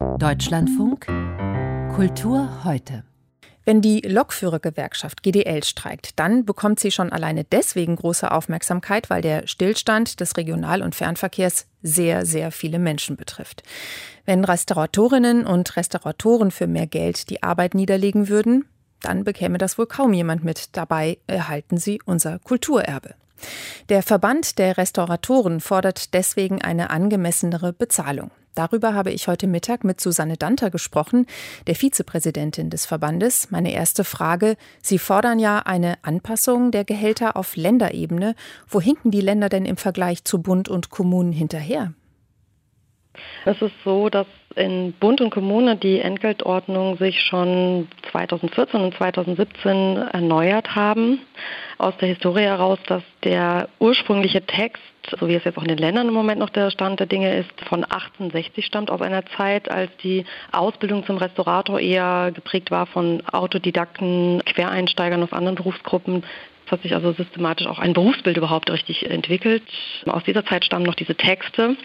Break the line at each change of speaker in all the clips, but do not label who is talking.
Deutschlandfunk Kultur heute.
Wenn die Lokführergewerkschaft GDL streikt, dann bekommt sie schon alleine deswegen große Aufmerksamkeit, weil der Stillstand des Regional- und Fernverkehrs sehr, sehr viele Menschen betrifft. Wenn Restauratorinnen und Restauratoren für mehr Geld die Arbeit niederlegen würden, dann bekäme das wohl kaum jemand mit. Dabei erhalten sie unser Kulturerbe. Der Verband der Restauratoren fordert deswegen eine angemessenere Bezahlung. Darüber habe ich heute Mittag mit Susanne Danter gesprochen, der Vizepräsidentin des Verbandes. Meine erste Frage: Sie fordern ja eine Anpassung der Gehälter auf Länderebene. Wo hinken die Länder denn im Vergleich zu Bund und Kommunen hinterher?
Es ist so, dass in Bund und Kommune die Entgeltordnung sich schon 2014 und 2017 erneuert haben. Aus der Historie heraus, dass der ursprüngliche Text, so wie es jetzt auch in den Ländern im Moment noch der Stand der Dinge ist, von 1860 stammt, aus einer Zeit, als die Ausbildung zum Restaurator eher geprägt war von Autodidakten, Quereinsteigern aus anderen Berufsgruppen. Es hat sich also systematisch auch ein Berufsbild überhaupt richtig entwickelt. Aus dieser Zeit stammen noch diese Texte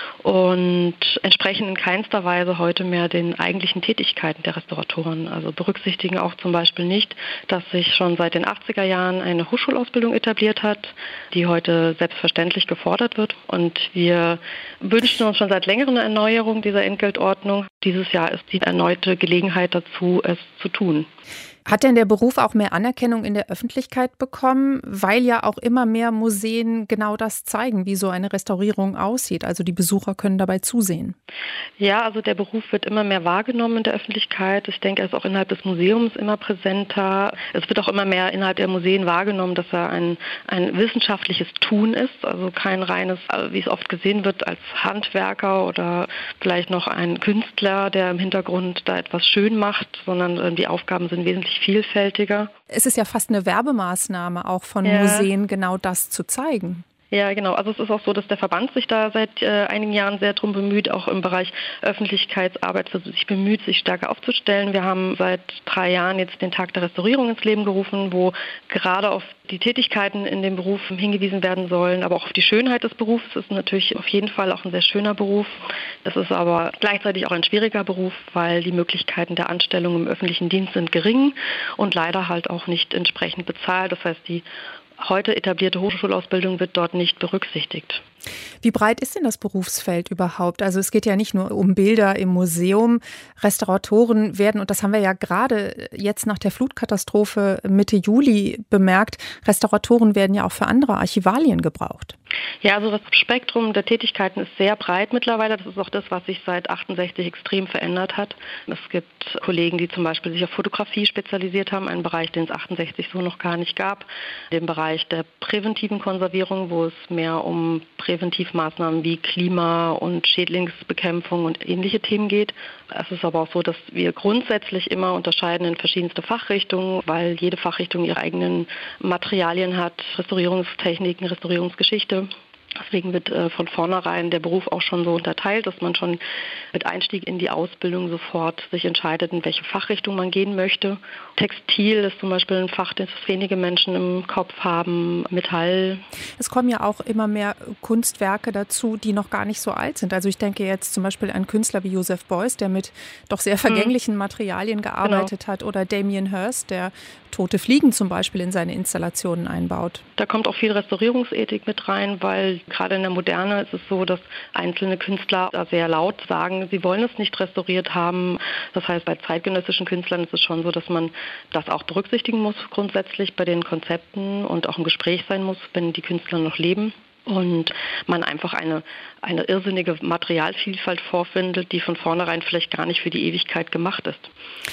und entsprechen in keinster Weise heute mehr den eigentlichen Tätigkeiten der Restauratoren. Also berücksichtigen auch zum Beispiel nicht, dass sich schon seit den 80er Jahren eine Hochschulausbildung etabliert hat, die heute selbstverständlich gefordert wird. Und wir wünschen uns schon seit längerem eine Erneuerung dieser Entgeltordnung. Dieses Jahr ist die erneute Gelegenheit dazu, es zu tun.
Hat denn der Beruf auch mehr Anerkennung in der Öffentlichkeit bekommen, weil ja auch immer mehr Museen genau das zeigen, wie so eine Restaurierung aussieht? Also die Besucher können dabei zusehen.
Ja, also der Beruf wird immer mehr wahrgenommen in der Öffentlichkeit. Ich denke, er ist auch innerhalb des Museums immer präsenter. Es wird auch immer mehr innerhalb der Museen wahrgenommen, dass er ein wissenschaftliches Tun ist. Also kein reines, wie es oft gesehen wird, als Handwerker oder vielleicht noch ein Künstler, der im Hintergrund da etwas schön macht, sondern die Aufgaben sind wesentlich vielfältiger.
Es ist ja fast eine Werbemaßnahme auch von Museen, genau das zu zeigen.
Ja, genau. Also es ist auch so, dass der Verband sich da seit einigen Jahren sehr drum bemüht, auch im Bereich Öffentlichkeitsarbeit sich bemüht, sich stärker aufzustellen. Wir haben seit 3 Jahren jetzt den Tag der Restaurierung ins Leben gerufen, wo gerade auf die Tätigkeiten in dem Beruf hingewiesen werden sollen, aber auch auf die Schönheit des Berufs. Es ist natürlich auf jeden Fall auch ein sehr schöner Beruf. Es ist aber gleichzeitig auch ein schwieriger Beruf, weil die Möglichkeiten der Anstellung im öffentlichen Dienst sind gering und leider halt auch nicht entsprechend bezahlt. Das heißt, die heute etablierte Hochschulausbildung wird dort nicht berücksichtigt.
Wie breit ist denn das Berufsfeld überhaupt? Also es geht ja nicht nur um Bilder im Museum. Restauratoren werden, und das haben wir ja gerade jetzt nach der Flutkatastrophe Mitte Juli bemerkt, Restauratoren werden ja auch für andere Archivalien gebraucht.
Ja, also das Spektrum der Tätigkeiten ist sehr breit mittlerweile. Das ist auch das, was sich seit 68 extrem verändert hat. Es gibt Kollegen, die zum Beispiel sich auf Fotografie spezialisiert haben, einen Bereich, den es 68 so noch gar nicht gab. Den Bereich der präventiven Konservierung, wo es mehr um Präventivmaßnahmen wie Klima- und Schädlingsbekämpfung und ähnliche Themen geht. Es ist aber auch so, dass wir grundsätzlich immer unterscheiden in verschiedenste Fachrichtungen, weil jede Fachrichtung ihre eigenen Materialien hat, Restaurierungstechniken, Restaurierungsgeschichte. Deswegen wird von vornherein der Beruf auch schon so unterteilt, dass man schon mit Einstieg in die Ausbildung sofort sich entscheidet, in welche Fachrichtung man gehen möchte. Textil ist zum Beispiel ein Fach, das wenige Menschen im Kopf haben, Metall.
Es kommen ja auch immer mehr Kunstwerke dazu, die noch gar nicht so alt sind. Also ich denke jetzt zum Beispiel an Künstler wie Joseph Beuys, der mit doch sehr vergänglichen Materialien gearbeitet hat, oder Damien Hirst, der tote Fliegen zum Beispiel in seine Installationen einbaut.
Da kommt auch viel Restaurierungsethik mit rein, weil gerade in der Moderne ist es so, dass einzelne Künstler da sehr laut sagen, sie wollen es nicht restauriert haben. Das heißt, bei zeitgenössischen Künstlern ist es schon so, dass man das auch berücksichtigen muss grundsätzlich bei den Konzepten und auch im Gespräch sein muss, wenn die Künstler noch leben. Und man einfach eine irrsinnige Materialvielfalt vorfindet, die von vornherein vielleicht gar nicht für die Ewigkeit gemacht ist.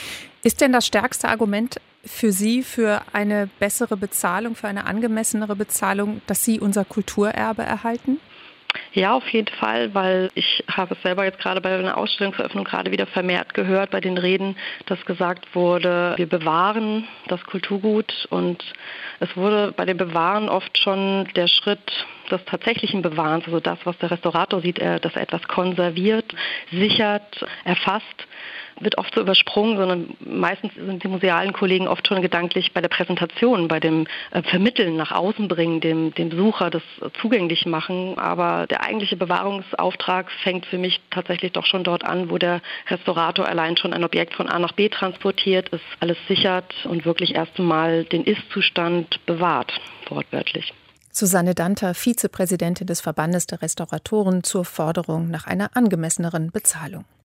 Ist denn das stärkste Argument für Sie für eine bessere Bezahlung, für eine angemessenere Bezahlung, dass Sie unser Kulturerbe erhalten?
Ja, auf jeden Fall, weil ich habe es selber jetzt gerade bei einer Ausstellungseröffnung gerade wieder vermehrt gehört bei den Reden, dass gesagt wurde, wir bewahren das Kulturgut, und es wurde bei dem Bewahren oft schon der Schritt des tatsächlichen Bewahrens, also das, was der Restaurator sieht, dass er etwas konserviert, sichert, erfasst, wird oft so übersprungen, sondern meistens sind die musealen Kollegen oft schon gedanklich bei der Präsentation, bei dem Vermitteln, nach außen bringen, dem Besucher das zugänglich machen. Aber der eigentliche Bewahrungsauftrag fängt für mich tatsächlich doch schon dort an, wo der Restaurator allein schon ein Objekt von A nach B transportiert, es alles sichert und wirklich erst einmal den Ist-Zustand bewahrt, wortwörtlich.
Susanne Danter, Vizepräsidentin des Verbandes der Restauratoren, zur Forderung nach einer angemesseneren Bezahlung.